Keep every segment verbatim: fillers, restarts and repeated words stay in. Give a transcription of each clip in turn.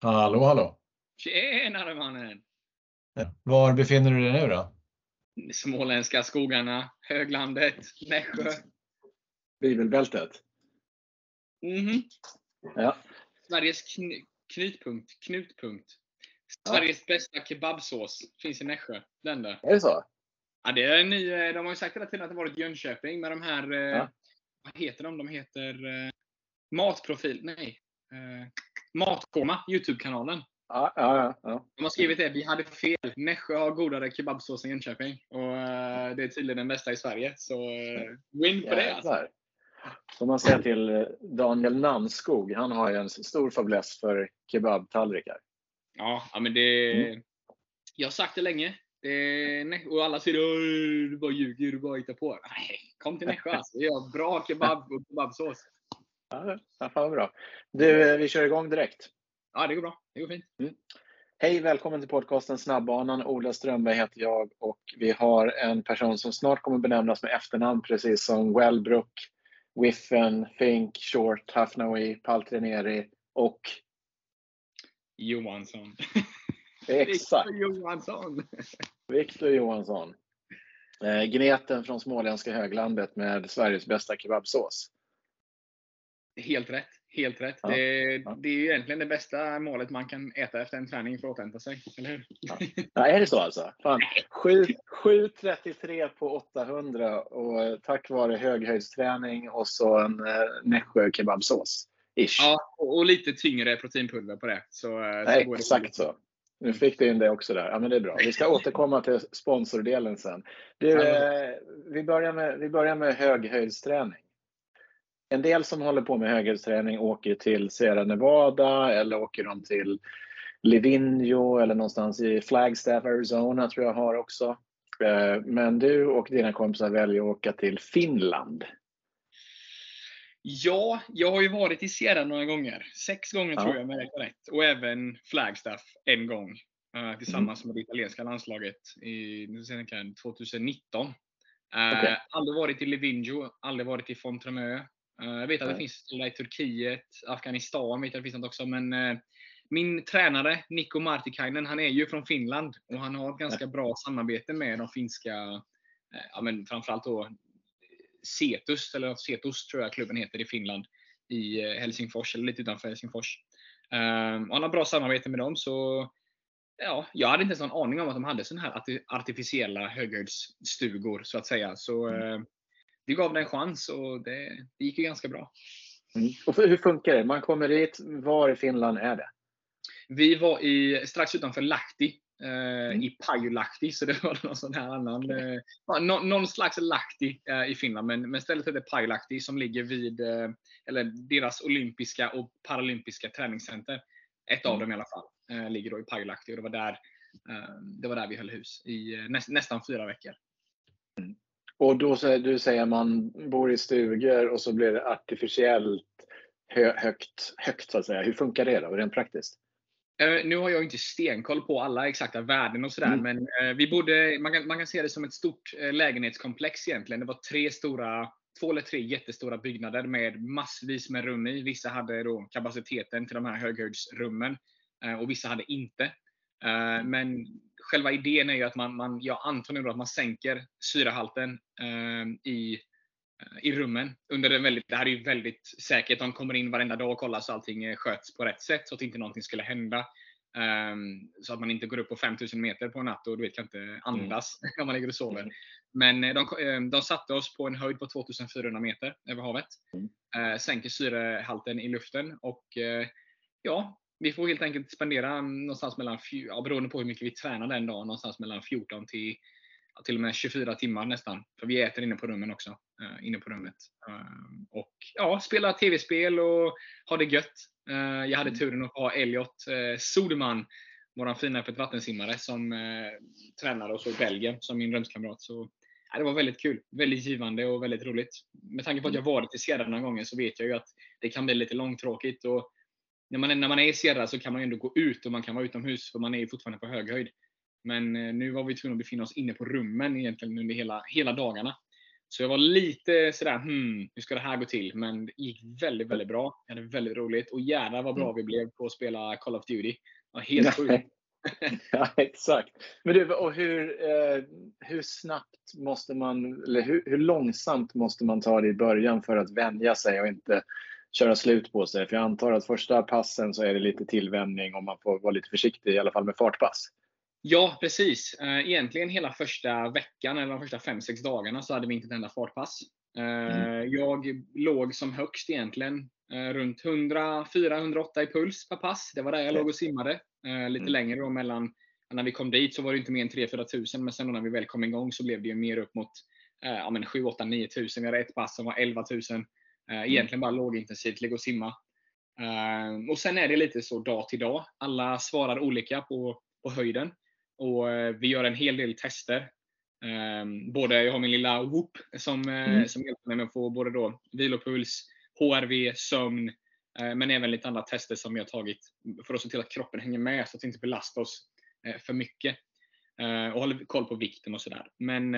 Hallå, hallå. Tjenare mannen! Var befinner du dig nu då? Småländska skogarna, höglandet, Nässjö. Bibelbältet. Mhm. Ja. Sveriges kn- knutpunkt, knutpunkt. Ja. Sveriges bästa kebabsås finns i Nässjö. Den där. Är det så? Ja, det är en ny, eh, de har ju sagt hela tiden att det varit Jönköping med de här, eh, Ja. vad heter de? De heter eh, Matprofil, nej. Eh, Matkoma, YouTube-kanalen. Ja, ja, ja, ja. De har skrivit det, vi hade fel. Nässjö har godare kebabsås än Jönköping. Och eh, det är tydligen den bästa i Sverige. Så eh, win på det alltså. Jävlar. Som man säger till eh, Daniel Namnskog, han har ju en stor fäbless för kebabtallrikar. Ja, ja men det... Mm. Jag har sagt det länge. Det, Nä- och alla säger "Oj, du bara ljuger, du bara hittar på." Nej, kom till Nässjö alltså. Vi har bra kebab och kebabsås. Ja, ja, fan vad bra. Du, eh, vi kör igång direkt. Ja, det går bra. Det går fint. Hej, välkommen till podcasten Snabbbanan. Ola Strömberg heter jag och vi har en person som snart kommer benämnas med efternamn, precis som Wellbrook, Wiffen, Fink, Short, Hafnaoui, Paltrinieri och Johansson. exakt Victor Johansson. Victor Johansson. Eh, gneten från småländska höglandet med Sveriges bästa kebabsås. Helt rätt. Helt rätt. Ja, Det, ja. det är ju egentligen det bästa målet man kan äta efter en träning för att återhämta sig. Eller hur? Ja. Ja, är det så alltså? Fan, sju trettiotre på åttahundra och tack vare höghöjdsträning och så en eh, Nässjö kebabsås. Ish. Ja, och, och lite tyngre proteinpulver på det. Så, Ja, så går det exakt så. Nu fick du in det också där. Ja, men det är bra. Vi ska återkomma till sponsordelen sen. Du, eh, vi, börjar med, vi börjar med höghöjdsträning. En del som håller på med höghöjdsträning åker till Sierra Nevada eller åker de till Livigno eller någonstans i Flagstaff, Arizona tror jag har också. Eh, men du och dina kompisar väljer att åka till Finland. Ja, jag har ju varit i Sierra några gånger. Sex gånger Ja. tror jag, med rätt och rätt. Och även Flagstaff en gång. Uh, tillsammans med det italienska landslaget i tjugonitton. Uh, Okej. Aldrig varit i Livigno, aldrig varit i Fontremö. Uh, jag vet att Nej. det finns ställen i Turkiet, Afghanistan vet jag att det finns något också. Men uh, min tränare, Niko Martikainen, han är ju från Finland. Och han har ett ganska bra samarbete med de finska, uh, ja men framförallt då Cetus, eller Cetus tror jag klubben heter i Finland, i Helsingfors, eller lite utanför Helsingfors. Um, och han har bra samarbete med dem, så ja, jag hade inte ens någon aning om att de hade sådana här arti- artificiella höghöjdsstugor, så att säga. Så uh, vi gav det en chans och det, det gick ju ganska bra. Mm. Och för, hur funkar det? Man kommer dit, var i Finland är det? Vi var i, strax utanför Lahti. Eh, Mm. I Pajulahti, så det var någon sån här annan eh, ja, nå, någon slags Lahti eh, i Finland, men, men stället heter Pajulahti, som ligger vid eh, eller deras olympiska och paralympiska träningscenter. Ett av Mm. dem i alla fall eh, ligger då i Pajulahti, och det var där eh, det var där vi höll hus i eh, näst, nästan fyra veckor. Mm. Och då så- du säger man bor i stugor och så blir det artificiellt hö, högt, högt så att säga. Hur funkar det då, rent praktiskt? Uh, nu har jag inte stenkoll på alla exakta värden och sådär, Mm. men uh, vi bodde, man kan, man kan se det som ett stort uh, lägenhetskomplex egentligen. Det var tre stora, två eller tre jättestora byggnader med massvis med rum i. Vissa hade då kapaciteten till de här höghöjdsrummen uh, och vissa hade inte. Uh, men själva idén är ju att man, man jag antar nu då att man sänker syrehalten uh, i i rummen under en väldigt, det här är ju väldigt säkert. De kommer in varenda dag och kollar så allting sköts på rätt sätt, så att inte någonting skulle hända. Um, så att man inte går upp på femtusen meter på en natt och du vet, kan inte andas mm. när man ligger och sover. Mm. Men de, de satte oss på en höjd på tvåtusenfyrahundra meter över havet. Mm. Uh, sänker syrehalten i luften och uh, ja, vi får helt enkelt spendera någonstans mellan, ja, beroende på hur mycket vi tränar den dagen, någonstans mellan fjorton till till och med tjugofyra timmar nästan. För vi äter inne på rummen också. Uh, inne på rummet. Uh, och ja, spela tv-spel och ha det gött. Uh, jag hade turen att ha Elliot uh, Soderman, våran fina öppet vattensimmare, som uh, tränare och så i Belgien som min rumskamrat. Så ja, det var väldigt kul. Väldigt givande och väldigt roligt. Med tanke på att jag varit i Sierra några gånger så vet jag ju att det kan bli lite långtråkigt. Och när man, när man är i Sierra så kan man ju ändå gå ut och man kan vara utomhus, för man är ju fortfarande på hög höjd. Men nu var vi tvungna att befinna oss inne på rummen egentligen under hela, hela dagarna. Så jag var lite sådär, hmm, hur ska det här gå till? Men det gick väldigt, väldigt bra. Jag hade väldigt roligt. Och jävlar vad bra Mm. vi blev på att spela Call of Duty. Ja, helt sjukt. Ja, exakt. Men du, och hur, eh, hur snabbt måste man, eller hur, hur långsamt måste man ta det i början för att vänja sig och inte köra slut på sig? För jag antar att första passen så är det lite tillvänjning och man får vara lite försiktig, i alla fall med fartpass. Ja, precis. Egentligen hela första veckan eller de första fem sex dagarna så hade vi inte ett enda fartpass. Mm. Jag låg som högst egentligen runt hundra fyra hundra åtta i puls per pass. Det var där jag låg och simmade. Lite mm. längre då mellan, när vi kom dit så var det inte mer än tre fyra tusen, men sen då när vi väl kom igång så blev det ju mer upp mot ja, men sju åtta nio tusen. Vi hade ett pass som var elva tusen. Egentligen mm. bara lågintensivt, ligga och simma. Och sen är det lite så dag till dag. Alla svarar olika på, på höjden. Och vi gör en hel del tester. Både jag har min lilla Whoop som, mm. som hjälper mig med att få både då vilopuls, H R V, sömn, men även lite andra tester som vi har tagit för att se till att kroppen hänger med så att det inte belastar oss för mycket. Och håller koll på vikten och sådär. Men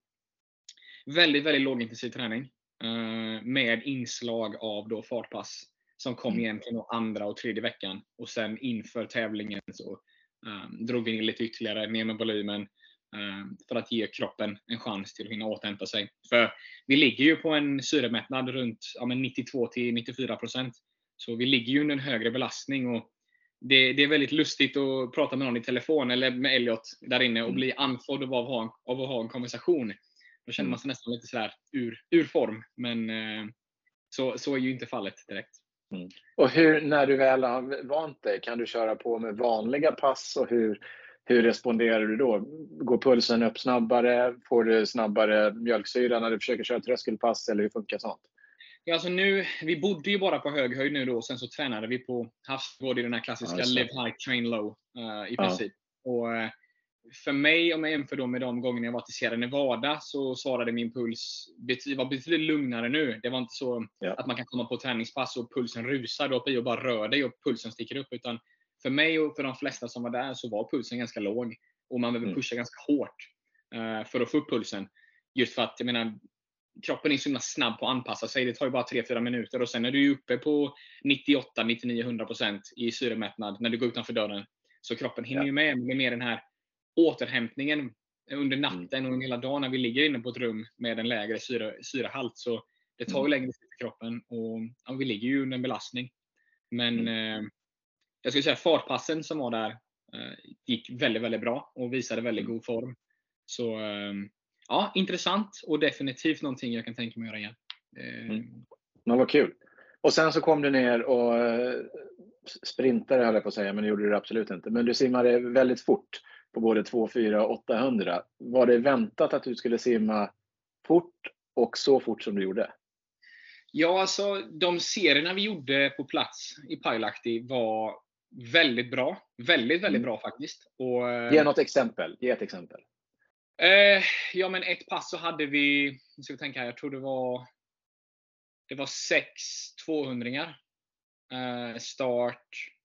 väldigt, väldigt lågintensiv träning med inslag av då fartpass som kom mm. egentligen då andra och tredje veckan. Och sen inför tävlingen så Um, drog vi in lite ytterligare ner med volymen um, för att ge kroppen en chans till att hinna återhämta sig. För vi ligger ju på en syremättnad runt ja, nittiotvå till nittiofyra procent. Så vi ligger ju under en högre belastning. Och det, det är väldigt lustigt att prata med någon i telefon eller med Elliot där inne och mm. bli andfådd av att, ha, av att ha en konversation. Då känner man sig nästan lite sådär ur, ur form. Men uh, så, så är ju inte fallet direkt. Mm. Och hur, när du väl har vant dig, kan du köra på med vanliga pass och hur, hur responderar du då? Går pulsen upp snabbare? Får du snabbare mjölksyra när du försöker köra tröskelpass eller hur funkar sånt? Ja, alltså nu, vi bodde ju bara på hög höjd nu då och sen så tränade vi på havsnivå i den här klassiska ja, live high, train low uh, i princip. Ja. Och uh, för mig, om jag jämför då med de gångerna jag var till Sierra Nevada, så svarade min puls betyd- var betydligt lugnare nu. Det var inte så ja. att man kan komma på träningspass och pulsen rusar upp i och bara rör dig och pulsen sticker upp. Utan för mig och för de flesta som var där så var pulsen ganska låg. Och man behöver pusha mm. ganska hårt uh, för att få upp pulsen. Just för att, jag menar, kroppen är så himla snabb på att anpassa sig. Det tar ju bara tre fyra minuter och sen är du uppe på nittioåtta nittionio hundra procent i syremättnad när du går utanför dörren. Så kroppen hinner ja. ju med, med mer den här återhämtningen under natten och hela dagen när vi ligger inne på ett rum med en lägre syre, syrehalt. Så det tar ju längre tid för kroppen och ja, vi ligger ju under en belastning. Men mm. eh, jag skulle säga fartpassen som var där eh, gick väldigt, väldigt bra och visade väldigt mm. god form. Så eh, ja, intressant och definitivt någonting jag kan tänka mig att göra igen. Eh, mm. Men vad kul. Och sen så kom du ner och sprintade, höll jag på att säga, men det gjorde du absolut inte. Men du simmade väldigt fort på både två, fyra och åttahundra. Var det väntat att du skulle simma fort och så fort som du gjorde? Ja, alltså de serierna vi gjorde på plats i Pailahti var väldigt bra. Väldigt, väldigt bra faktiskt. Och, ge något exempel. Ge ett exempel. Eh, ja, men ett pass så hade vi, nu ska vi tänka här, jag tror det var det var sex tvåhundringar. Eh, start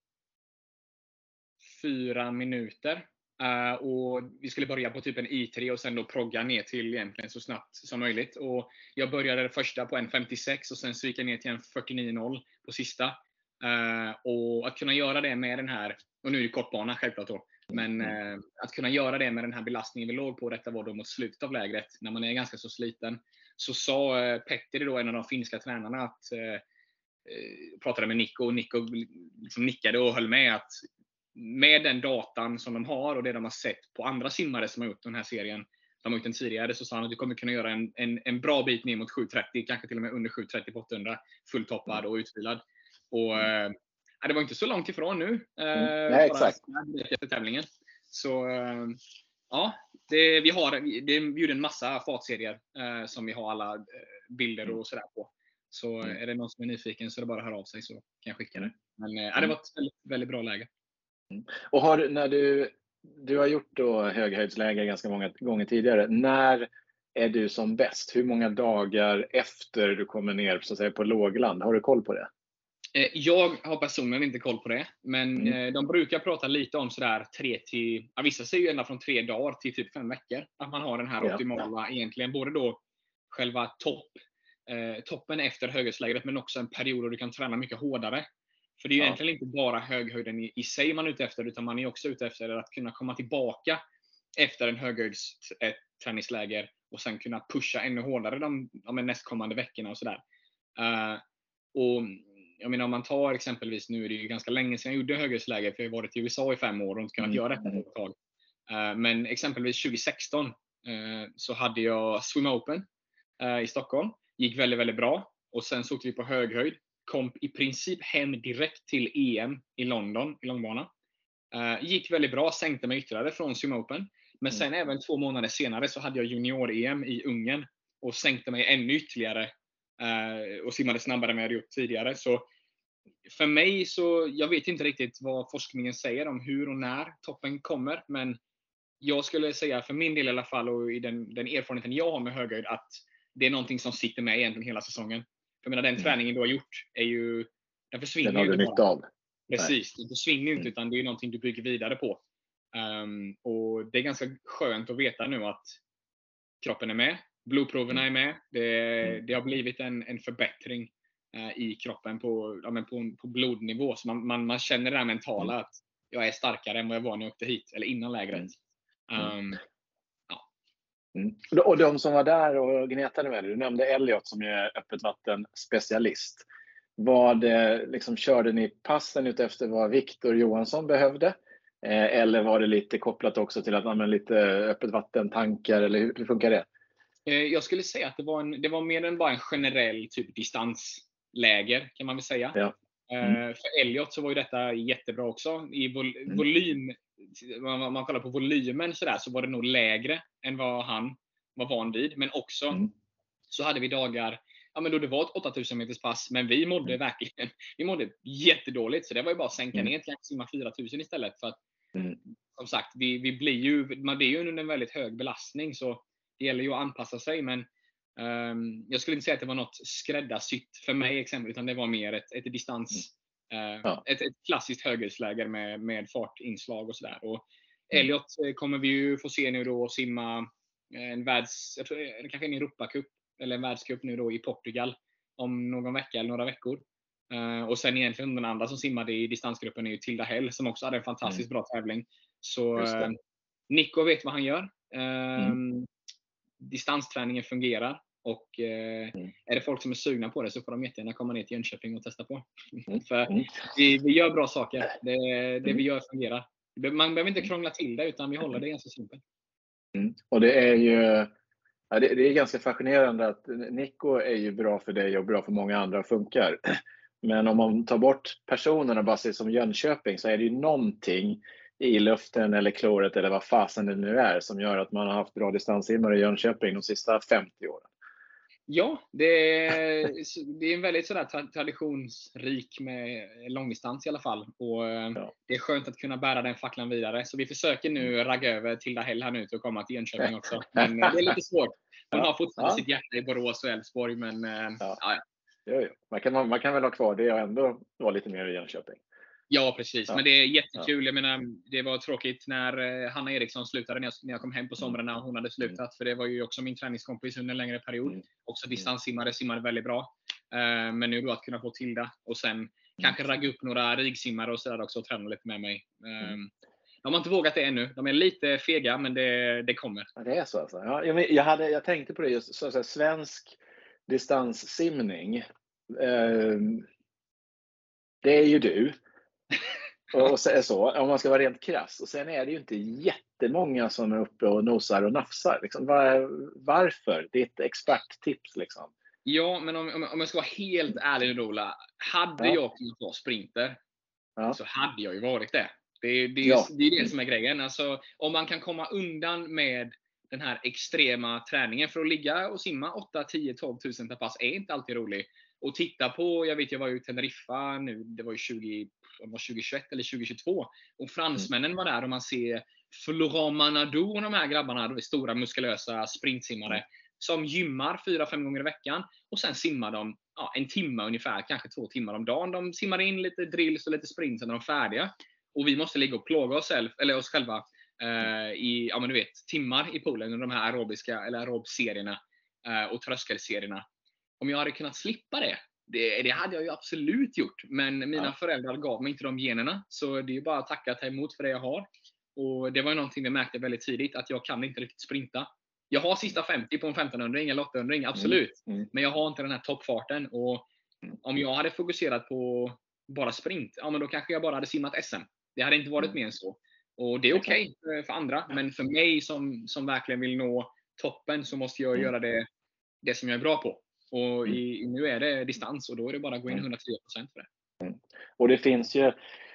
fyra minuter. Uh, och vi skulle börja på typ en I tre och sen då progga ner till egentligen så snabbt som möjligt. Och jag började det första på en femtiosex och sen så gick jag ner till en fyrtionio noll på sista. Uh, och att kunna göra det med den här, och nu är det kortbana självklart då, men uh, att kunna göra det med den här belastningen vi låg på, detta var då mot slutet av lägret när man är ganska så sliten. Så sa uh, Petter då, en av de finska tränarna, att uh, pratade med Nico och Nico liksom nickade och höll med att med den datan som de har och det de har sett på andra simmare som har gjort den här serien, de har gjort den tidigare, så sa han att du kommer kunna göra en, en, en bra bit ner mot sju trettio, kanske till och med under sju trettio på åttahundra, fulltoppad och utvilad. Och mm. äh, det var inte så långt ifrån nu. Äh, mm. Nej, exakt. Efter tävlingen. Så äh, ja, det, vi har det bjuder en massa fartserier äh, som vi har alla äh, bilder och sådär på. Så mm. är det någon som är nyfiken så är det bara att höra av sig så kan jag skicka det. Men äh, det var ett väldigt, väldigt bra läge. Och har, när du, du har gjort då höghöjdsläger ganska många gånger tidigare, när är du som bäst? Hur många dagar efter du kommer ner så att säga, på lågland? Har du koll på det? Jag har personligen inte koll på det, men mm. de brukar prata lite om sådär tre till, ja, vissa säger ju ända från tre dagar till typ fem veckor, att man har den här ja. optimala egentligen, både då själva topp, eh, toppen efter höghöjdslägret, men också en period där du kan träna mycket hårdare. För det är ju Ja. egentligen inte bara höghöjden i, i sig man är ute efter, utan man är också ute efter att kunna komma tillbaka efter en höghöjds ett träningsläger och sen kunna pusha ännu hårdare de, de nästkommande veckorna och sådär. Uh, och jag menar, om man tar exempelvis, nu är det ju ganska länge sedan jag gjorde höghöjdsläger, för jag har varit i U S A i fem år och inte kunnat Mm. göra detta på ett tag. Uh, men exempelvis tjugo sexton uh, så hade jag Swim Open uh, i Stockholm. Gick väldigt, väldigt bra. Och sen så åkte vi på höghöjd. Kom i princip hem direkt till E M i London, i långbana. Uh, gick väldigt bra, sänkte mig ytterligare från Swim Open. Men sen mm. även två månader senare så hade jag junior-E M i Ungern. Och sänkte mig ännu ytterligare. Uh, och simmade snabbare än jag hade gjort tidigare. Så för mig så, jag vet inte riktigt vad forskningen säger om hur och när toppen kommer. Men jag skulle säga för min del i alla fall, och i den, den erfarenheten jag har med höghöjd, att det är någonting som sitter med egentligen hela säsongen. Jag menar, den mm. träningen du har gjort är ju, den försvinner den har ju du inte nytta av. Precis, den försvinner ju inte, mm. utan det är någonting du bygger vidare på. Um, och det är ganska skönt att veta nu att kroppen är med, blodproverna är med. Det, det har blivit en, en förbättring uh, i kroppen på, ja, men på, på blodnivå. Så man, man, man känner det här mentala mm. att jag är starkare än vad jag var när jag åkte hit, eller innan lägret. Um, ja. mm. Och de som var där och gnetade med det, du nämnde Elliot som är öppet vatten specialist. Vad liksom, körde ni passen ut efter vad Viktor Johansson behövde? Eh, eller var det lite kopplat också till att använda lite öppet vattentankar, eller hur, hur funkar det? Eh, jag skulle säga att det var, en, det var mer än bara en generell typ distansläger, kan man väl säga. Ja. Mm. Eh, för Elliot så var ju detta jättebra också. I vol- mm. volym, om man kollar på volymen så, där, så var det nog lägre än vad han var van vid. Men också mm. så hade vi dagar, ja, men då det var ett åttatusen meters pass, men vi mådde mm. verkligen, vi mådde jättedåligt, så det var ju bara att sänka mm. ner till att simma fyra tusen istället, för att mm. som sagt, vi, vi blir ju, man blir ju under en väldigt hög belastning, så det gäller ju att anpassa sig, men um, jag skulle inte säga att det var något skräddarsytt för mig exempel, utan det var mer ett, ett distans, mm. uh, ja. ett, ett klassiskt höghöjdsläger med, med fartinslag och sådär. Och mm. Elliot kommer vi ju få se nu då simma en världs, jag tror det kanske är en Europacup eller en världscup nu då i Portugal om någon vecka eller några veckor. Uh, och sen egentligen den andra som simmade i distansgruppen är ju Tilda Hell, som också hade en fantastiskt mm. bra tävling. Så uh, Nico vet vad han gör. Uh, mm. Distansträningen fungerar. Och uh, mm. är det folk som är sugna på det, så får de jättegärna komma ner till Jönköping och testa på. Mm. För mm. vi, vi gör bra saker. Det, det mm. vi gör fungerar. Man behöver inte krångla till det, utan vi håller det ganska simpelt. Mm. Och det är ju Ja, det, det är ganska fascinerande att Nico är ju bra för dig och bra för många andra och funkar. Men om man tar bort personerna bara sig som Jönköping, så är det ju någonting i luften eller kloret eller vad fasen det nu är som gör att man har haft bra distanssimmare i Jönköping de sista femtio åren. Ja, det är, det är en väldigt sådär traditionsrik med långdistans i alla fall. Och ja. Det är skönt att kunna bära den facklan vidare. Så vi försöker nu ragga över Tilda Hell här nu till att komma till Jönköping också. Men det är lite svårt. Hon ja. har fortfarande ja. sitt hjärta i Borås och Älvsborg. Men ja. Ja, ja. Jo, jo. Man, kan, man kan väl ha kvar det och ändå vara lite mer i Jönköping. Ja, precis. Ja. Men det är jättekul. Jag menar, det var tråkigt när Hanna Eriksson slutade, när jag, när jag kom hem på somrarna och hon hade slutat. Mm. För det var ju också min träningskompis under en längre period. Mm. Också distanssimmare, simmade väldigt bra. Uh, men nu då att kunna få Tilda. Och sen mm. kanske ragga upp några rigsimmare och sådär också och träna lite med mig. Uh, mm. De har inte vågat det ännu. De är lite fega, men det, det kommer. Ja, det är så alltså. Ja, jag, hade, jag tänkte på det just. Så, så här, svensk distanssimning. Uh, det är ju du. Och så, så, om man ska vara rent krass. Och sen är det ju inte jättemånga som är uppe och nosar och nafsar. Liksom. Var, varför? Det är ett experttips. Liksom. Ja, men om, om jag ska vara helt ärlig, Ola. Hade ja. jag kunnat vara sprinter, ja. så hade jag ju varit det. Det, det, ja. det är det som är grejen. Alltså, om man kan komma undan med den här extrema träningen, för att ligga och simma åtta, tio, tolv tusen per pass är inte alltid roligt. Och titta på, jag vet jag var ju i Teneriffa nu, det var ju tjugo, var tjugohundratjugoett eller tjugohundratjugotvå. Och fransmännen mm. var där och man ser Florent Manadou och de här grabbarna, de är stora muskulösa sprintsimmare, mm. som gymmar fyra, fem gånger i veckan. Och sen simmar de ja, en timme ungefär, kanske två timmar om dagen. De simmar in lite drills och lite sprints när de är färdiga. Och vi måste ligga och plåga oss, själv, eller oss själva eh, i ja, men du vet, timmar i poolen under de här aerobiska eller aerobserierna. och tröskelserierna. Om jag hade kunnat slippa det, det, det hade jag ju absolut gjort. Men mina Ja. föräldrar gav mig inte de generna. Så det är bara att tacka och ta emot för det jag har. Och det var ju någonting jag märkte väldigt tidigt, att jag kan inte riktigt sprinta. Jag har sista femtio på en femtonhundra, eller åttahundra, absolut. Mm. Mm. Men jag har inte den här toppfarten. Och om jag hade fokuserat på bara sprint, ja men då kanske jag bara hade simmat S M. Det hade inte varit Mm. mer än så. Och det är okej okay för andra. Men för mig som, som verkligen vill nå toppen, så måste jag Mm. göra det, det som jag är bra på. Och Mm. i, nu är det distans, och då är det bara att gå in hundratio procent för det. Mm. Och det finns ju,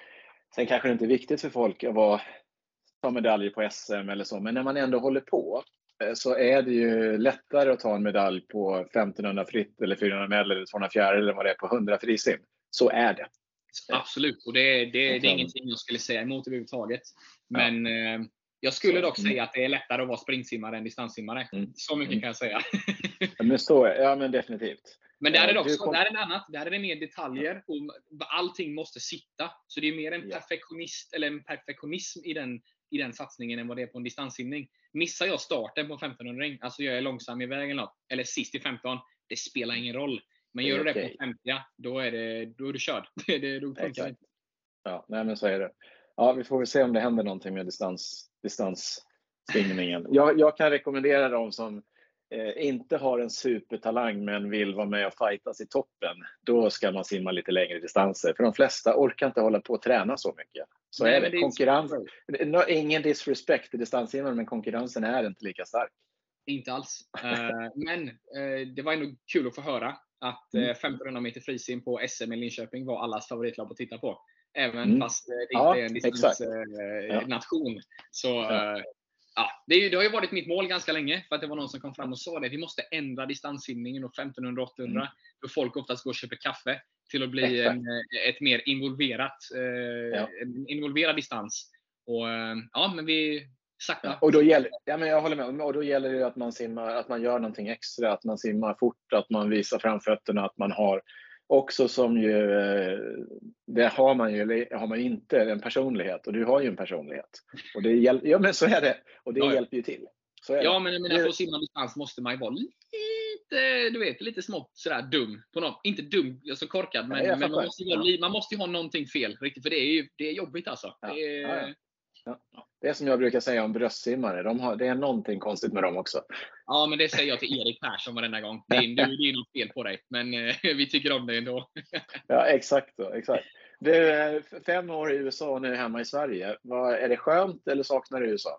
sen kanske det inte är viktigt för folk att vara, ta medaljer på S M eller så, men när man ändå håller på, så är det ju lättare att ta en medalj på femtonhundra fritt eller fyrahundra medel eller tvåhundra fjäril eller vad det är på hundra frisim. Så är det. Absolut, och det, det, det är ingenting jag skulle säga emot överhuvudtaget. Men ja. eh, jag skulle dock mm. säga att det är lättare att vara sprintsimmare än distanssimmare. Mm. Så mycket mm. kan jag säga. Men så, ja men definitivt. Men där är det också, kom... där är det annat. Där är det mer detaljer och allting måste sitta. Så det är mer en perfektionist eller en perfektionism i den, i den satsningen än vad det är på en distanssimning. Missar jag starten på femtonhundra, alltså jag är långsam i vägen eller sist i femton, det spelar ingen roll. Men gör du det okay. på femtio, då är, det, då är du körd. det, det, då Exakt. Ja, nej men så är det. Ja, vi får väl se om det händer någonting med distans, distansspringningen. Jag, jag kan rekommendera dem som eh, inte har en supertalang men vill vara med och fightas i toppen. Då ska man simma lite längre distanser. För de flesta orkar inte hålla på och träna så mycket. Så nej, är det. det är konkurrens. No, ingen disrespect till distanssimmare, men konkurrensen är inte lika stark. Inte alls. uh, men uh, det var ändå kul att få höra att uh, femtonhundra meter frisim på S M i Linköping var allas favoritlag att titta på. Även mm. fast det inte ja, är en distansnation. Uh, ja. Så ja. Uh, ja, det, är ju, det har ju varit mitt mål ganska länge. För att det var någon som kom fram och sa det. Vi måste ändra distanssimningen och femtonhundra åttahundra. Mm. Då folk oftast går och köper kaffe. Till att bli en, ett mer involverat uh, ja. en involverad distans. Och uh, ja, men vi sakta. Ja, och då gäller, ja, men jag håller med. Och då gäller det att man simmar, att man gör någonting extra, att man simmar fort, att man visar framfötterna, att man har också som ju, det har man ju, eller har man inte, en personlighet, och du har ju en personlighet. Och det hjälper, ja men så är det, och det ja, hjälper ju till. Så är ja, det. men, men för att simma distans måste man ju vara lite, du vet, lite smått sådär dum. På något, inte dum, alltså korkad, men, Nej, men man, måste ju, ja. man måste ju ha någonting fel, riktigt, för det är ju det är jobbigt alltså. Ja. Det är, ja, ja. Ja. Det är som jag brukar säga om bröstsimmare. De har, det är någonting konstigt med dem också. Ja, men det säger jag till Erik Persson varenda gång. Det är, det är något fel på dig. Men eh, vi tycker om det ändå. Ja, exakt. Då, exakt. Du är fem år i U S A och nu hemma i Sverige. Vad, är det skönt eller saknar du U S A?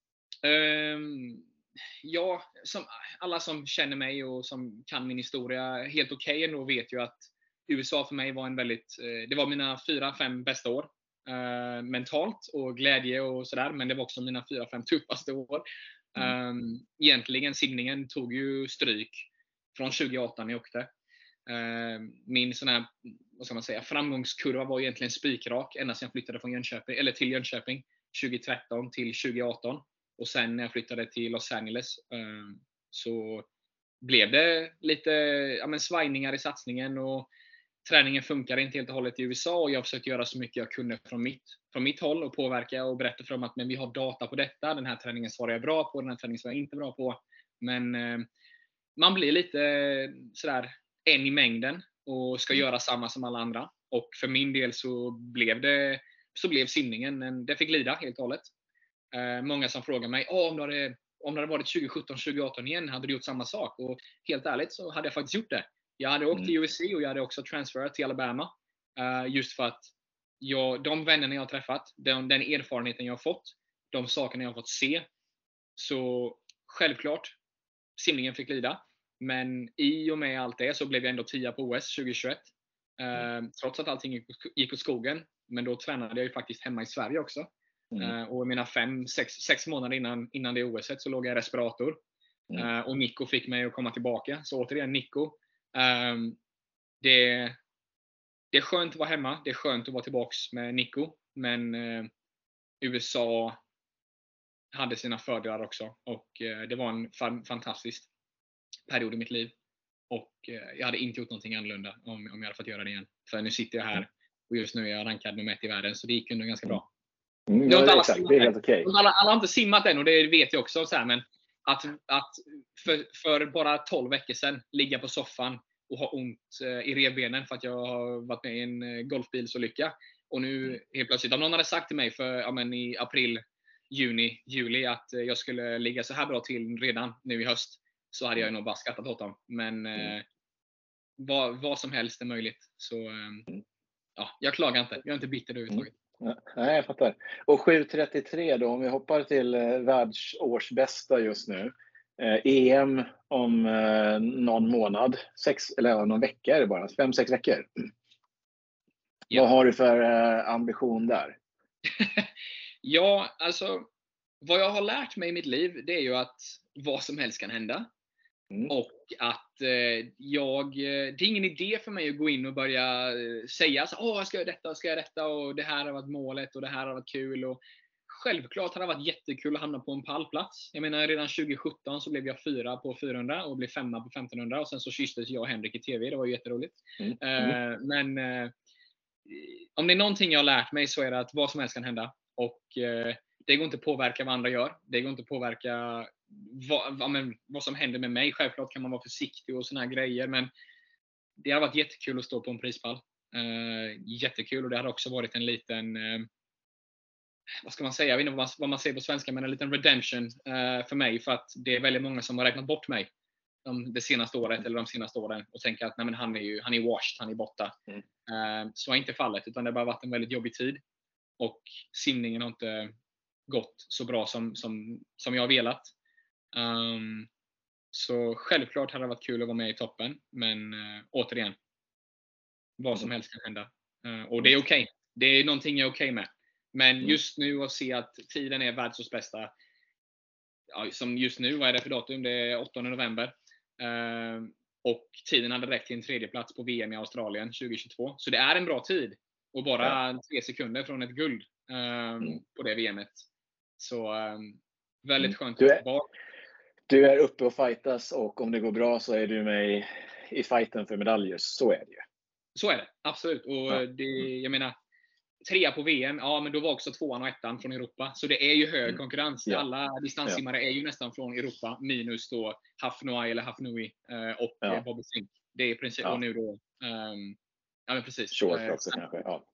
Um, ja, som alla som känner mig och som kan min historia helt okej okay ändå vet ju att U S A för mig var en väldigt... Eh, det var mina fyra, fem bästa år. Uh, mentalt och glädje och sådär, men det var också mina fyra, fem tuffaste år. Mm. Um, egentligen simningen tog ju stryk från tjugo arton när jag åkte. Uh, min sån här, vad ska man säga, framgångskurva var egentligen spikrak ända sedan jag flyttade från Jönköping, eller till Jönköping tjugo tretton till tjugo arton, och sen när jag flyttade till Los Angeles uh, så blev det lite ja, men svajningar i satsningen, och träningen funkar inte helt och hållet i U S A, och jag försökte göra så mycket jag kunde från mitt, från mitt håll och påverka och berätta för dem att men vi har data på detta, den här träningen svarar jag bra på, den här träningen svarar jag inte bra på. Men eh, man blir lite eh, sådär en i mängden och ska göra samma som alla andra. Och för min del så blev det så blev simningen, en, det fick lida helt och hållet. Eh, många som frågar mig, oh, om, du hade, om det hade varit tjugo sjutton tjugo arton igen, hade du gjort samma sak? Och helt ärligt så hade jag faktiskt gjort det. Jag hade åkt till U S C och jag hade också transferat till Alabama. Uh, just för att jag, de vännerna jag har träffat, den, den erfarenheten jag har fått, de sakerna jag har fått se. Så självklart, simningen fick lida. Men i och med allt det så blev jag ändå tia på O S tjugo tjugoett. Uh, trots att allting gick, gick åt skogen. Men då tränade jag ju faktiskt hemma i Sverige också. Mm. Uh, och mina fem, sex, sex månader innan, innan det O S så låg jag i respirator. Mm. Uh, och Nico fick mig att komma tillbaka. Så återigen Nico. Um, det, det är skönt att vara hemma. Det är skönt att vara tillbaks med Nico. Men uh, U S A hade sina fördelar också. Och uh, det var en fa- fantastisk period i mitt liv. Och uh, jag hade inte gjort någonting annorlunda om, om jag hade fått göra det igen. För nu sitter jag här och just nu är jag rankad nummer ett i världen. Så det gick ändå ganska bra. Mm, ja, det är exakt. Det är helt okej. Alla, alla har inte simmat än och det vet jag också. Så här, men att, att för, för bara tolv veckor sedan ligga på soffan och ha ont i revbenen för att jag har varit med i en golfbilsolycka. Och nu helt plötsligt, om någon hade sagt till mig för, ja, men i april, juni, juli att jag skulle ligga så här bra till redan nu i höst, så hade jag nog bara skrattat åt dem. Men mm. eh, vad, vad som helst är möjligt. Så eh, ja, jag klagar inte. Jag är inte bitter överhuvudtaget. Mm. Nej, jag fattar. Och sju trettiotre då, om vi hoppar till eh, världsårsbästa just nu. Eh, E M om eh, någon månad. Sex, eller någon vecka är det bara. Fem, sex veckor. Ja. Vad har du för eh, ambition där? Ja, alltså vad jag har lärt mig i mitt liv, det är ju att vad som helst kan hända. Mm. Och att eh, jag, det är ingen idé för mig att gå in och börja säga så, åh, jag ska göra detta, jag ska göra detta, och det här har varit målet och det här har varit kul. Och självklart har det varit jättekul att hamna på en pallplats. Jag menar, redan tjugo sjutton så blev jag fyra på fyrahundra och blev femma på femtonhundra, och sen så kysstes jag och Henrik i tv. Det var ju jätteroligt. Mm. Mm. Eh, men eh, om det är någonting jag har lärt mig, så är det att vad som helst kan hända. Och eh, det går inte att påverka vad andra gör. Det går inte att påverka vad, vad, men, vad som händer med mig. Självklart kan man vara försiktig och såna här grejer. Men det har varit jättekul att stå på en prispall. Eh, jättekul. Och det har också varit en liten, eh, vad ska man säga? Jag vet inte vad man, vad man säger på svenska, men en liten redemption eh, för mig. För att det är väldigt många som har räknat bort mig de, det senaste året eller de senaste åren. Och tänker att nej, men han är ju han är washed, han är borta. Mm. Eh, så är inte fallet. Utan det har bara varit en väldigt jobbig tid. Och simningen har inte gått så bra som, som, som jag har velat. Um, så självklart hade det varit kul att vara med i toppen. Men uh, återigen, vad som helst kan hända. Uh, och det är okej. Okay. Det är någonting jag är okej okay med. Men just nu att se att tiden är världsbästa. Ja, som just nu, vad är det för datum? Det är åttonde november. Uh, och tiden hade räckt till en tredje plats på V M i Australien tjugo tjugotvå. Så det är en bra tid. Och bara ja. tre sekunder från ett guld um, mm. på det V M:et. Så um, väldigt skönt du är, att vara. Du är uppe och fightas, och om det går bra så är du med i, i fighten för medaljer. Så är det ju. Så är det, absolut. Och ja. det, jag menar, trea på V M, ja men då var också tvåan och ettan från Europa. Så det är ju hög mm. konkurrens. Ja. Alla distanssimmare ja. är ju nästan från Europa. Minus då Hafnoi eller Hafnui uh, och ja. Bobby Sink. Det är i princip, ja. och nu då um, ja, men precis. Short också eh, kanske, ja.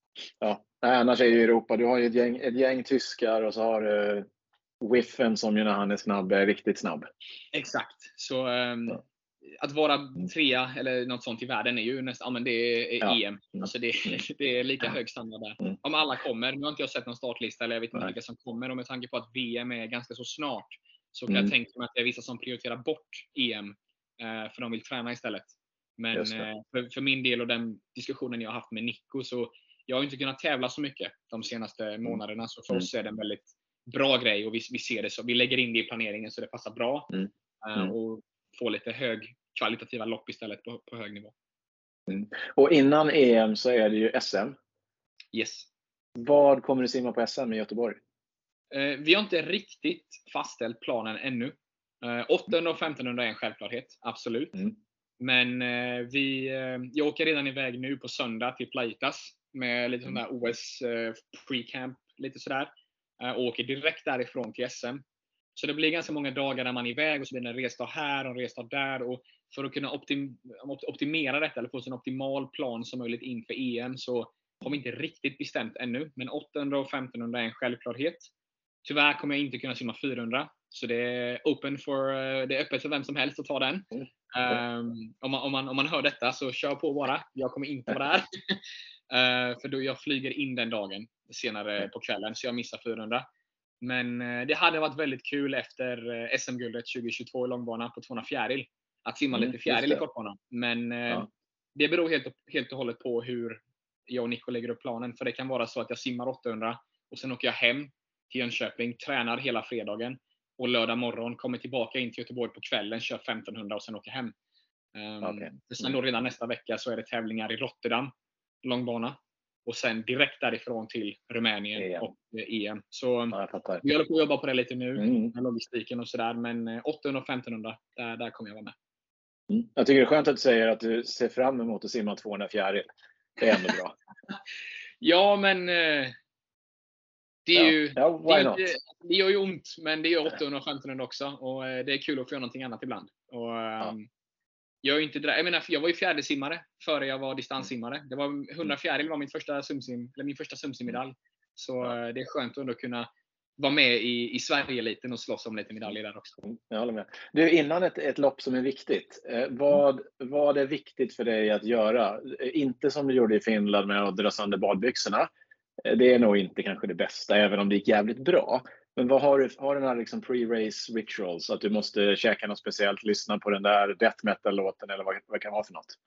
Ja. Nej, annars är det ju Europa. Du har ju ett gäng, ett gäng tyskar, och så har du uh, Wiffen som ju när han är snabb är riktigt snabb. Exakt. Så um, ja. att vara trea eller något sånt i världen är ju nästan, ja, men det är ja. E M. Alltså det, det är lika hög standard där. Mm. Om alla kommer, nu har inte jag sett någon startlista eller jag vet inte vilka som kommer, och med tanke på att V M är ganska så snart, så kan mm. jag tänka mig att det är vissa som prioriterar bort E M uh, för de vill träna istället. Men uh, för, för min del och den diskussionen jag har haft med Nico, så jag har inte kunnat tävla så mycket de senaste månaderna, så för oss är det en väldigt bra grej, och vi, vi ser det så. Vi lägger in det i planeringen så det passar bra mm. Mm. och får lite hög kvalitativa lopp istället på, på hög nivå. Mm. Och innan E M så är det ju S M. Yes. Vad kommer du simma på S M i Göteborg? Eh, vi har inte riktigt fastställt planen ännu. Eh, åttahundra och femtonhundra är en självklarhet, absolut. Mm. Men eh, vi, eh, jag åker redan iväg nu på söndag till Plaitas med lite sån där O S eh, pre-camp, lite sådär. Eh, och åker direkt därifrån till S M. Så det blir ganska många dagar där man är iväg, och så blir det en resdag här och en resdag där. Och för att kunna optim- optimera detta, eller få en optimal plan som möjligt inför E M, så har vi inte riktigt bestämt ännu. Men åttahundra och femtonhundra är en självklarhet. Tyvärr kommer jag inte kunna simma fyrahundra. Så det är, open for, det är öppet för vem som helst att ta den. Mm. Um, om, man, om, man, om man hör detta, så kör på bara. Jag kommer inte vara där. uh, för då jag flyger in den dagen senare på kvällen, så jag missar fyrahundra. Men uh, det hade varit väldigt kul efter uh, S M-guldet tjugo tjugotvå i långbana på tvåhundra fjäril. Att simma mm, lite fjäril i kortbanan. Men uh, ja. det beror helt, helt och hållet på hur jag och Nico lägger upp planen. För det kan vara så att jag simmar åttahundra och sen åker jag hem till Jönköping, tränar hela fredagen. Och lördag morgon kommer tillbaka in till Göteborg på kvällen, kör femtonhundra och sen åker hem. Um, okay. Sen då redan nästa vecka så är det tävlingar i Rotterdam, långbana. Och sen direkt därifrån till Rumänien E M. Och E M. Så ja, vi håller på att jobba på det lite nu, mm. med logistiken och sådär. Men åttahundra och femtonhundra, där, där kommer jag vara med. Mm. Jag tycker det är skönt att du säger att du ser fram emot att simma tvåhundra fjäril. Det är ändå bra. Ja, men... Det är, ju, ja, det, är inte, det gör ju ont, men det gör åttahundra och femtonhundra också. Och eh, det är kul att få göra någonting annat ibland. Och, Ja. um, jag, är inte, jag, menar, jag var ju fjärdesimmare före jag var distanssimmare. Det var hundra fjäril var min första sumsim, eller min första sumsimmedalj. Så Ja. eh, det är skönt att ändå kunna vara med i, i Sverige-eliten och slåss om lite medaljer där också. Jag håller med. Du, innan ett, ett lopp som är viktigt, eh, vad, vad är viktigt för dig att göra? Eh, Inte som du gjorde i Finland med att dra sönder badbyxorna. Eh, Det är nog inte kanske det bästa, även om det gick jävligt bra. Men vad har du, har du några liksom pre-race rituals? Att du måste käka något speciellt, lyssna på den där death metal-låten eller vad, vad kan det vara för något?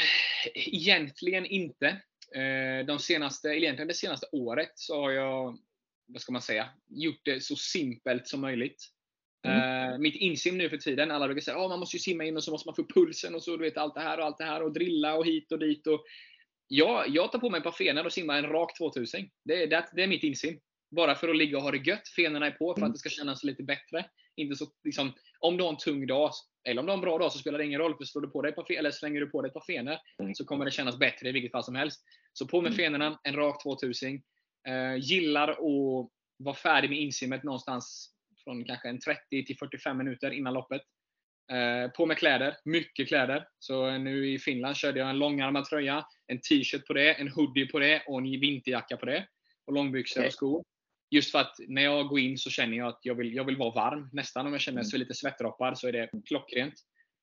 Egentligen inte. Eh, De senaste, egentligen det senaste året så har jag, vad ska man säga, gjort det så simpelt som möjligt. Mm. Uh, mitt insim nu för tiden, alla brukar säga att oh, man måste ju simma in och så måste man få pulsen och så du vet allt det här och allt det här och drilla och hit och dit. Och jag, jag tar på mig ett par fenor och simmar en rak tvåtusen. Det är, det, det är mitt insim. Bara för att ligga och ha det gött. Fenorna är på för att det ska kännas lite bättre. Inte så, liksom, om du har en tung dag eller om du har en bra dag så spelar det ingen roll. För slår du på dig ett par, eller slänger du på dig ett par fenor Mm. så kommer det kännas bättre i vilket fall som helst. Så på med fenorna, en rak tvåtusen. Uh, gillar att vara färdig med insimmet någonstans från kanske en trettio till fyrtiofem minuter innan loppet. Eh, på med kläder, mycket kläder. Så nu i Finland körde jag en långärmad tröja, en t-shirt på det, en hoodie på det och en vinterjacka på det. Och långbyxor Okay. och skor. Just för att när jag går in så känner jag att jag vill, jag vill vara varm. Nästan om jag känner så lite svettdroppar så är det klockrent.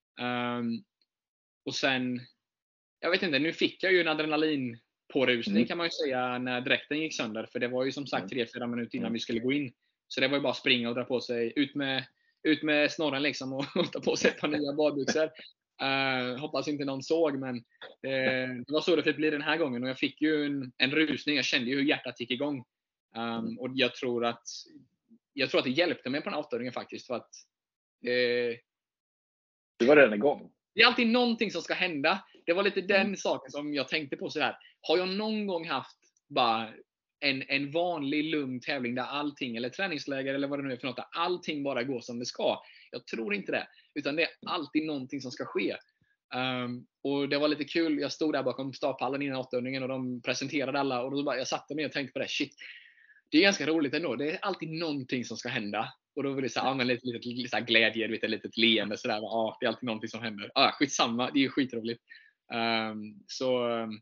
Um, och sen, jag vet inte, nu fick jag ju en adrenalinpårusning Mm. kan man ju säga när dräkten gick sönder. För det var ju som sagt tre fyra minuter innan vi skulle gå in. Så det var ju bara springa och dra på sig, ut med, ut med snorren liksom och, och ta på sig ett par nya badbyxor. Uh, hoppas inte någon såg, men uh, det var så det fick bli den här gången. Och jag fick ju en, en rusning, jag kände ju hur hjärtat gick igång. Um, och jag tror att jag tror att det hjälpte mig på den här åttahundringen faktiskt. För att, uh, Du var redan igång. det är alltid någonting som ska hända. Det var lite den Mm. saken som jag tänkte på så här. Har jag någon gång haft bara En, en vanlig lugn tävling där allting, eller träningsläger eller vad det nu är för något, där allting bara går som det ska? Jag tror inte det. Utan det är alltid någonting som ska ske. Um, och det var lite kul. Jag stod där bakom startpallen innan åttahundringen och de presenterade alla. Och då bara, jag satte mig och tänkte på det. Shit, det är ganska roligt ändå. Det är alltid någonting som ska hända. Och då vill jag säga, ja, men lite, lite, lite så här glädje, lite, lite leende sådär. Ja, det är alltid någonting som händer. Ja, skitsamma, det är ju skitroligt. Um, så... Um,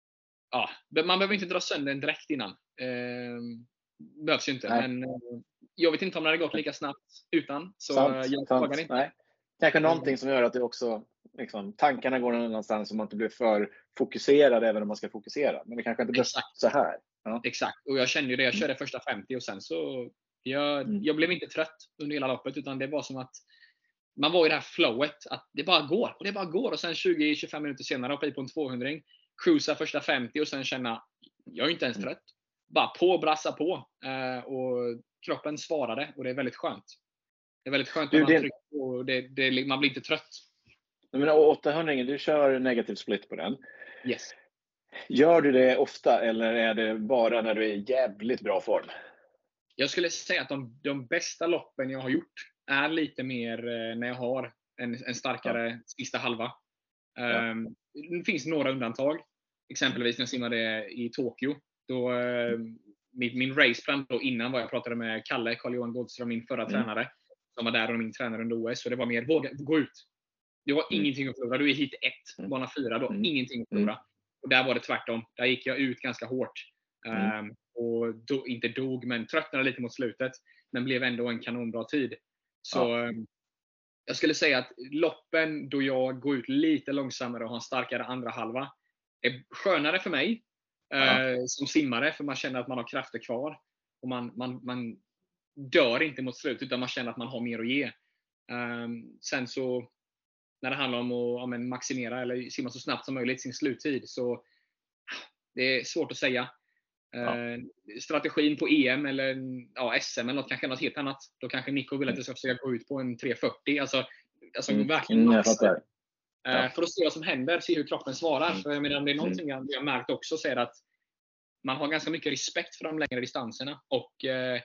Ja, man behöver inte dra sönder en direkt innan. Eh, behövs ju inte. Nej. Men eh, jag vet inte om det hade gått lika snabbt utan. Så Sant, jag sant. inte. Nej. Kanske någonting som gör att det också, liksom, tankarna går någon annanstans så man inte blir för fokuserad även om man ska fokusera. Men det kanske inte blir så här. Ja. Exakt. Och jag kände ju det. Jag körde första femtio och sen så jag, Mm. jag blev inte trött under hela loppet utan det var som att man var i det här flowet. Att det bara går. Och det bara går. Och sen tjugo till tjugofem minuter senare hoppa i på en tvåhundring. Cruisa första femtio och sen känna jag är inte ens trött. Bara på, brassa på. Eh, och kroppen svarade och det är väldigt skönt. Det är väldigt skönt när man trycker på och det, det, man blir inte trött. Men åttahundringen, du kör negativ split på den. Yes. Gör du det ofta eller är det bara när du är i jävligt bra form? Jag skulle säga att de, de bästa loppen jag har gjort är lite mer eh, när jag har en, en starkare ja. sista halva. Ja. Um, det finns några undantag. Exempelvis när jag simmade i Tokyo. Då, uh, min, min raceplan då innan var jag pratade med Kalle, Carl-Johan Goldström, min förra mm. tränare. Som var där och min tränare under O S. Så det var mer, våga, gå ut. Du har mm. ingenting att förlora. Du är hit ett, bana fyra. Du har mm. ingenting att förlora. Mm. Och där var det tvärtom. Där gick jag ut ganska hårt. Mm. Um, och do, inte dog, men tröttnade lite mot slutet. Men blev ändå en kanonbra tid. Så... Ja. Um, Jag skulle säga att loppen då jag går ut lite långsammare och har en starkare andra halva är skönare för mig ja. eh, som simmare. För man känner att man har krafter kvar. Och man, man, man dör inte mot slut utan man känner att man har mer att ge. Um, sen så när det handlar om att ja, men, maximera eller simma så snabbt som möjligt sin sluttid. Så det är svårt att säga. Ja. Uh, strategin på E M eller ja, S M eller något, kanske något helt annat. Då kanske Nico vill att jag ska försöka gå ut på en tre fyrtio. Alltså, alltså mm. verkligen mm, maxa. Uh, ja. För att se vad som händer, se hur kroppen svarar. Mm. För jag menar, om det är någonting mm. jag har märkt också så är det att man har ganska mycket respekt för de längre distanserna. Och uh,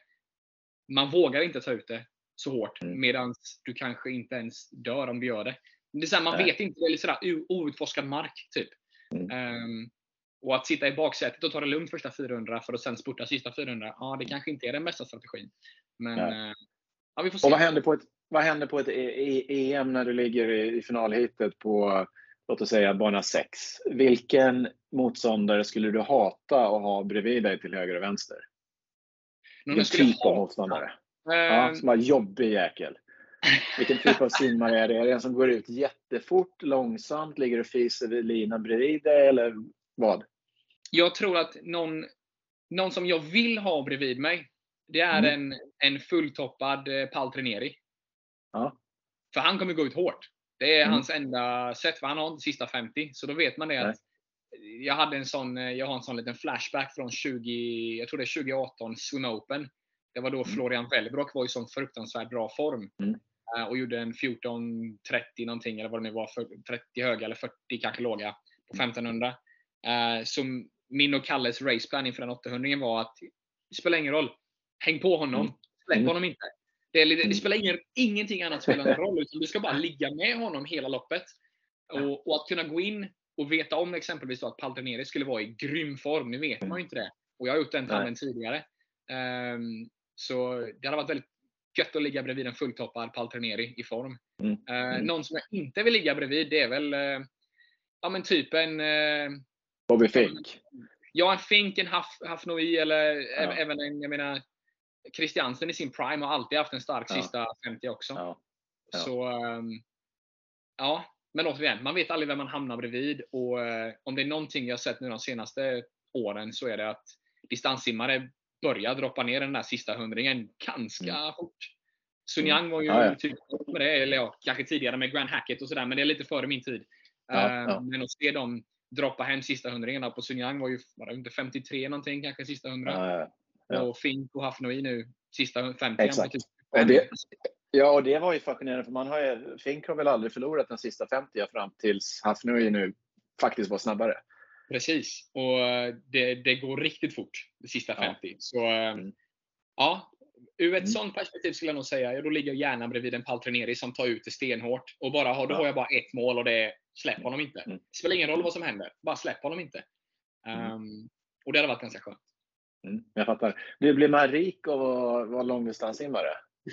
man vågar inte ta ut det så hårt. Mm. Medan du kanske inte ens dör om du gör det. Det är så här, man Nej. vet inte, det är lite sådär outforskad mark typ. Mm. Um, Och att sitta i baksätet och ta det lugnt första fyrahundra för att sen spurta sista fyrahundra. Ja, det kanske inte är den bästa strategin. Men Ja. eh, ja, vi får se. Och vad händer på ett, vad händer på ett E- E M när du ligger i, i finalhitet på, låt oss säga, bana sex? Vilken motståndare skulle du hata att ha bredvid dig till höger och vänster? Någon Vilken jag skulle typ av hata? motståndare? Eh, Ja, som var jobbig jäkel. Vilken typ av simmare är det? Är det en som går ut jättefort, långsamt, ligger och fiser vid linan bredvid dig, eller vad? Jag tror att någon, någon som jag vill ha bredvid mig, det är Mm. en, en fulltoppad eh, Paltrinieri. Ja. För han kommer gå ut hårt. Det är Mm. hans enda sätt, för han har inte sista femtio. Så då vet man det Nej. att jag hade en sån, jag har en sån liten flashback från tjugo, jag tror det är tjugo arton Swim Open. Det var då Mm. Florian Wellbrock var i sån fruktansvärt bra form. Mm. Uh, och gjorde en fjorton trettio någonting, eller vad det nu var, för trettio höga eller fyrtio kanske låga på femtonhundra. Uh, så min och Kalles raceplan inför den åttahundringen var att det spelar ingen roll. Häng på honom. Mm. Släpp Mm. honom inte. Det, är, det Mm. spelar ingen, ingenting annat spelar någon roll, utan du ska bara ligga med honom hela loppet. Och, och att kunna gå in och veta om exempelvis att Paltrinieri skulle vara i grym form. Nu vet man ju inte det. Och jag har gjort den tabben tidigare. Um, så det hade varit väldigt gött att ligga bredvid en fulltoppad Paltrinieri i form. Mm. Uh, Mm. någon som jag inte vill ligga bredvid, det är väl uh, ja, men typ en uh, Bobby Fink. Ja, en Fink, en Haf, Hafnoi eller Ja. även en, jag menar, Christiansen i sin prime har alltid haft en stark Ja. sista femtio också. Ja. Ja. Så um, ja, men återigen, man vet aldrig vem man hamnar bredvid. Och uh, om det är någonting jag har sett nu de senaste åren, så är det att distanssimmare börjar droppa ner den där sista hundringen ganska Mm. fort. Sun Yang var ju Ja, ja. typ med det, eller ja, kanske tidigare med Grant Hackett och sådär, men det är lite före min tid. Ja, Uh, ja. Men att se dem droppa hem sista hundringarna på Sun Yang var ju var det inte femtiotre någonting, kanske sista hundra. Ja, ja. Och Fink och Hafnoi nu sista femtio. Exakt. Typ Och det, ja, och det var ju fascinerande, för man har ju, Fink har väl aldrig förlorat den sista femtio fram tills Hafnoi nu faktiskt var snabbare. Precis. Och det, det går riktigt fort, det sista femtio. Ja. Så Mm. ja, ur ett Mm. sånt perspektiv skulle jag nog säga, ja, då ligger jag gärna bredvid en Paltrinieri som tar ut det stenhårt. Och bara har, då Ja. har jag bara ett mål, och det är släpp honom inte. Mm. Det spelar ingen roll vad som händer, bara släpp honom inte. Mm. Um, och det hade varit ganska skönt. Mm, jag fattar. Du, blir man rik av att vara långdistanssimmare?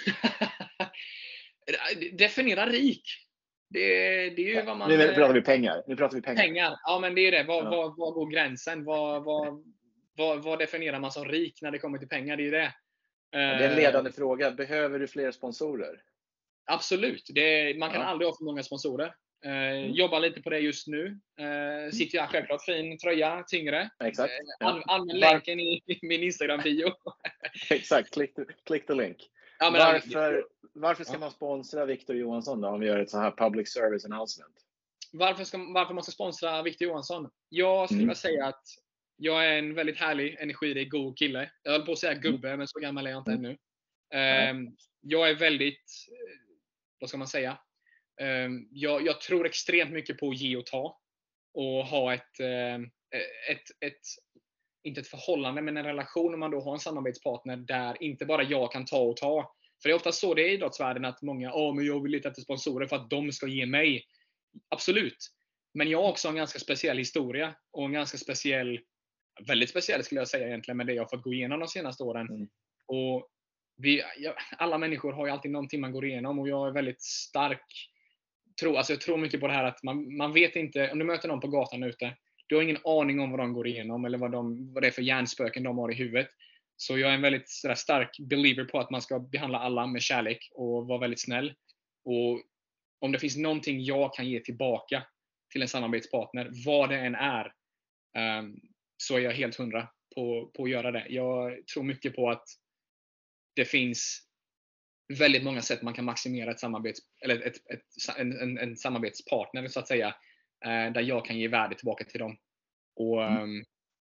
Definiera rik. Det, det är ju vad man... Nu pratar vi pengar. Nu pratar vi pengar. Pengar. Ja, men det är det. Var, Ja. var, var går gränsen? Vad, vad, vad, vad definierar man som rik när det kommer till pengar? Det är ju det. Det är en ledande fråga. Behöver du fler sponsorer? Absolut. Det, man kan Ja. aldrig ha för många sponsorer. Eh, Mm. Jobbar lite på det just nu. Eh, sitter jag självklart fin tröja, tyngre. Exakt. Eh, an, Ja. använd Var- länken i, i min Instagram-bio. Exakt. Click the, click the link. Ja, men, Varför, varför ska Ja. man sponsra Victor Johansson då, om vi gör ett så här public service announcement? Varför, ska, varför man ska sponsra Victor Johansson? Jag skulle Mm. vilja säga att jag är en väldigt härlig, energirik, god kille. Jag höll på att säga gubbe, men så gammal är jag inte Mm. ännu. Um, jag är väldigt, vad ska man säga? Um, jag, jag tror extremt mycket på att ge och ta. Och ha ett, um, ett, ett, inte ett förhållande, men en relation, om man då har en samarbetspartner där inte bara jag kan ta och ta. För det är ofta så det är i idrottsvärlden, att många, åh, men jag vill leta efter sponsorer för att de ska ge mig. Absolut. Men jag har också en ganska speciell historia och en ganska speciell, väldigt speciell skulle jag säga egentligen, med det jag har fått gå igenom de senaste åren. Mm. Och vi, ja, alla människor har ju alltid någonting man går igenom, och jag är väldigt stark. Tro, alltså jag tror mycket på det här att man, man vet inte, om du möter någon på gatan ute, du har ingen aning om vad de går igenom eller vad, de, vad det är för hjärnspöken de har i huvudet. Så jag är en väldigt sådär, stark believer på att man ska behandla alla med kärlek och vara väldigt snäll. Och om det finns någonting jag kan ge tillbaka till en samarbetspartner, vad det än är, um, så är jag helt hundra på, på att göra det. Jag tror mycket på att det finns väldigt många sätt man kan maximera ett samarbets, eller ett, ett, ett, en, en, en samarbetspartner, så att säga, uh, där jag kan ge värde tillbaka till dem. Och um,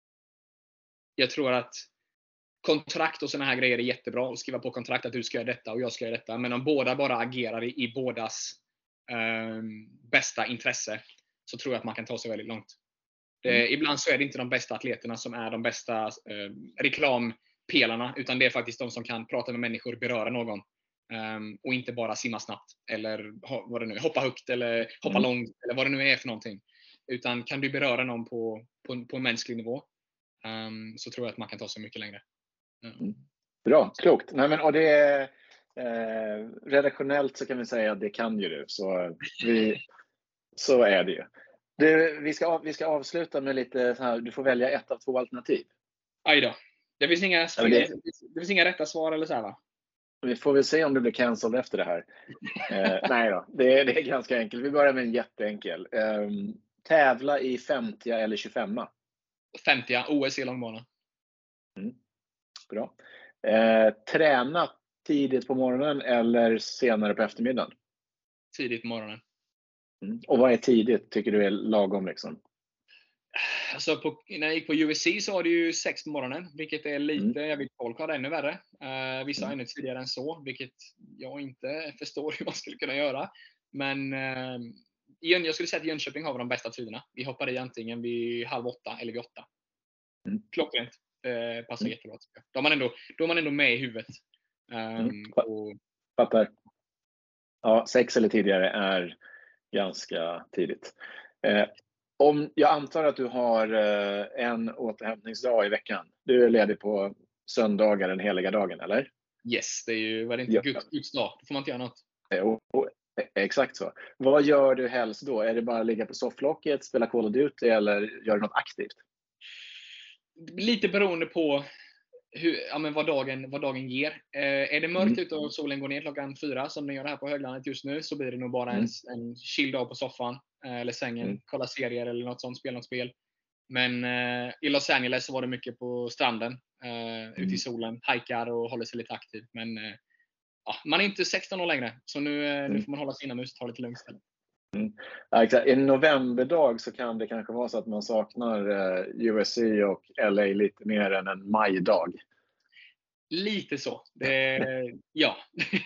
jag tror att kontrakt och såna här grejer är jättebra, att skriva på kontrakt att du ska göra detta och jag ska göra detta. Men om båda bara agerar i, i bådas um, bästa intresse, så tror jag att man kan ta sig väldigt långt. Det, Mm. ibland så är det inte de bästa atleterna som är de bästa uh, reklampelarna, utan det är faktiskt de som kan prata med människor, beröra någon. Um, och inte bara simma snabbt eller ha, vad det nu, hoppa högt eller hoppa Mm. långt eller vad det nu är för någonting. Utan kan du beröra någon på, på, på en mänsklig nivå, um, så tror jag att man kan ta sig mycket längre. Mm. Bra, klokt. Nej, men, och det är, eh, redaktionellt så kan vi säga att det kan ju du. Så, vi, så är det ju. Du, vi, ska, vi ska avsluta med lite så här, du får välja ett av två alternativ. Aj då. Det finns inga, Ja, det, det finns inga rätta svar eller så här, va? Vi får väl se om det blir cancelled efter det här. eh, nej då, det, det är ganska enkelt. Vi börjar med en jätteenkel. Eh, tävla i femtio eller tjugofem. femtio, O S i långbana. Mm. Bra. Eh, träna tidigt på morgonen eller senare på eftermiddagen? Tidigt på morgonen. Mm. Och vad är tidigt? Tycker du är lagom liksom? Alltså på, när jag gick på U S C så var det ju sex på morgonen, vilket är lite, Mm. jag vet folk har det ännu värre. Uh, vissa har Mm. ännu tidigare än så, vilket jag inte förstår hur man skulle kunna göra. Men uh, jag skulle säga att Jönköping har de bästa tiderna. Vi hoppar i antingen vid halv åtta eller vid åtta. Mm. Klockrent. Det passar Mm. jättebra. Då är, man ändå, då är man ändå med i huvudet. Um, Mm. och, Fattar. Ja, sex eller tidigare är ganska tidigt. Eh, om jag antar att du har eh, en återhämtningsdag i veckan. Du är ledig på söndagar, den heliga dagen, eller? yes, det är ju var det inte Ja. Guds, Guds dag. Då får man inte göra något. Jo, exakt så. Vad gör du helst då? Är det bara att ligga på sofflocket, spela Call of Duty eller gör du något aktivt? Lite beroende på hur, ja, men vad, dagen, vad dagen ger. Eh, är det mörkt Mm. ute och solen går ner klockan fyra som den gör här på höglandet just nu, så blir det nog bara Mm. en, en chill dag på soffan eh, eller sängen, Mm. kolla serier eller något sånt, spela något spel. Men eh, i Los Angeles så var det mycket på stranden, eh, Mm. ute i solen, hajkar och håller sig lite aktiv. Men eh, ja, man är inte sexton år längre, så nu, eh, Mm. nu får man hålla sig inomhus och ta lite lugnt istället. Mm. Ja, exakt. En novemberdag så kan det kanske vara så att man saknar eh, U S C och L A lite mer än en majdag. Lite så. Det, ja.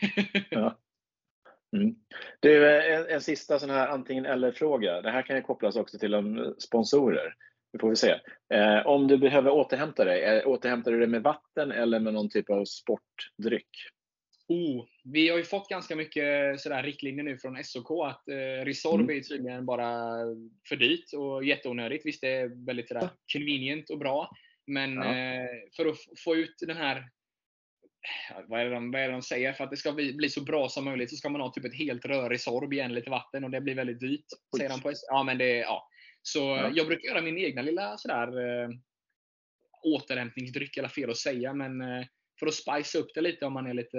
Ja. Mm. Du, en, en sista sån här antingen eller-fråga. Det här kan ju kopplas också till de sponsorer. Det får vi se. Eh, om du behöver återhämta dig, eh, återhämtar du dig med vatten eller med någon typ av sportdryck? Oh, vi har ju fått ganska mycket sådär riktlinjer nu från S O K att eh, Resorb Mm. är tydligen bara för dyrt och jätteonödigt. Visst, det är väldigt sådär convenient och bra. Men Ja. eh, för att f- få ut den här, vad är, det de, vad är det de säger? För att det ska bli, bli så bra som möjligt så ska man ha typ ett helt rör Resorb igen, lite vatten, och det blir väldigt dyrt. Säger de på S- ja, men det, ja. Så Ja. jag brukar göra min egna lilla sådär eh, återhämtningsdryck, eller fel att säga, men eh, för att spice upp det lite om man är lite,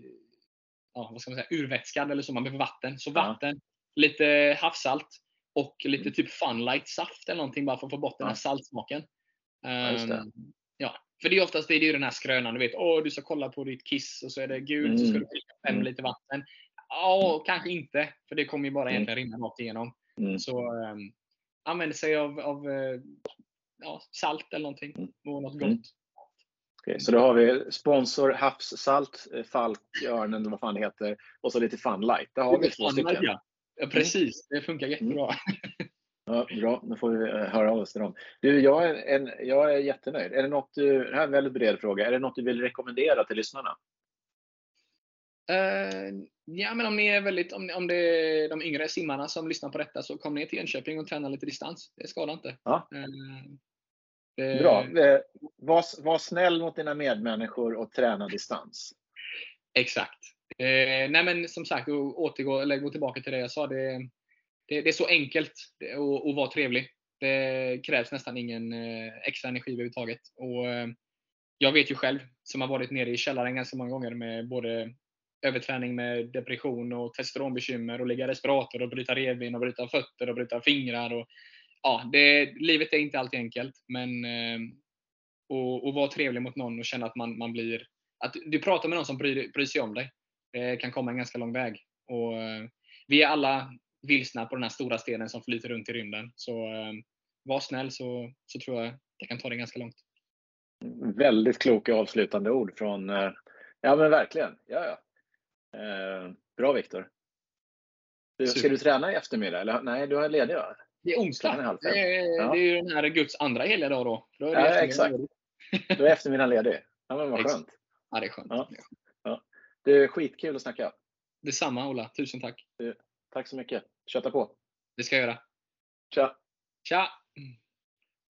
ja, vad ska man säga, urvätskad eller så, man behöver vatten. Så vatten, ja. Lite havssalt och lite Mm. typ Funlight saft eller någonting, bara för att få bort den här Ja. saltsmaken. Ja, just det. Um, ja, för det är oftast det är ju den här skrönan, du vet, åh, du ska kolla på ditt kiss och så är det gult, Mm. så ska du dricka fem Mm. liter vatten. Ja, Mm. kanske inte, för det kommer ju bara Mm. egentligen rinna rakt igenom. Mm. Så um, använd sig av, av uh, ja, salt eller någonting, och något gott. Mm. Okay, så då har vi sponsor, havssalt, Falkörnen eller vad fan det heter, och så lite Funlight. Där har vi två stycken. Ja. Ja, precis. Det funkar jättebra. Mm. Ja, bra, då får vi höra av oss till dem. Du, jag är, en, jag är jättenöjd. Är det något du, det här är en väldigt bred fråga. Är det något du vill rekommendera till lyssnarna? Uh, ja, men om ni är väldigt, om, om det är de yngre simmarna som lyssnar på detta, så kom ner till Jönköping och träna lite distans. Det skadar inte. Ja. Uh, det... Bra. Eh, var, var snäll mot dina medmänniskor och träna distans. Exakt. Uh, nej, men som sagt, återgå, eller gå tillbaka till det jag sa. Det, det, det är så enkelt att, att vara trevlig. Det krävs nästan ingen uh, extra energi överhuvudtaget. Och uh, jag vet ju själv, som har varit nere i källaren ganska många gånger med både överträning med depression och testosteronbekymmer och ligga i respirator och bryta revben och bryta fötter och bryta fingrar. Och, ja, det, livet är inte alltid enkelt, men eh, och, och vara trevlig mot någon och känna att man, man blir, att du pratar med någon som bryr, bryr sig om dig. Det kan komma en ganska lång väg. Och eh, vi är alla vilsna på den här stora stenen som flyter runt i rymden. Så eh, var snäll, så, så tror jag det kan ta det ganska långt. Väldigt kloka avslutande ord från, eh, ja men verkligen. Ja, ja. Eh, bra, Viktor. Du, ska du träna i eftermiddag? Eller? Nej, du har ledig, va? Det är onsdag. Det är, ja. det är ju den här Guds andra heliga dag då. Då är det ja, exakt. Då är eftermiddagen ledig. Ja, men vad skönt. Ja, det är skönt. Ja. Ja. Det är skitkul att snacka. Detsamma, Ola. Tusen tack. Du, tack så mycket. Köta på. Det ska jag göra. Tja. Tja.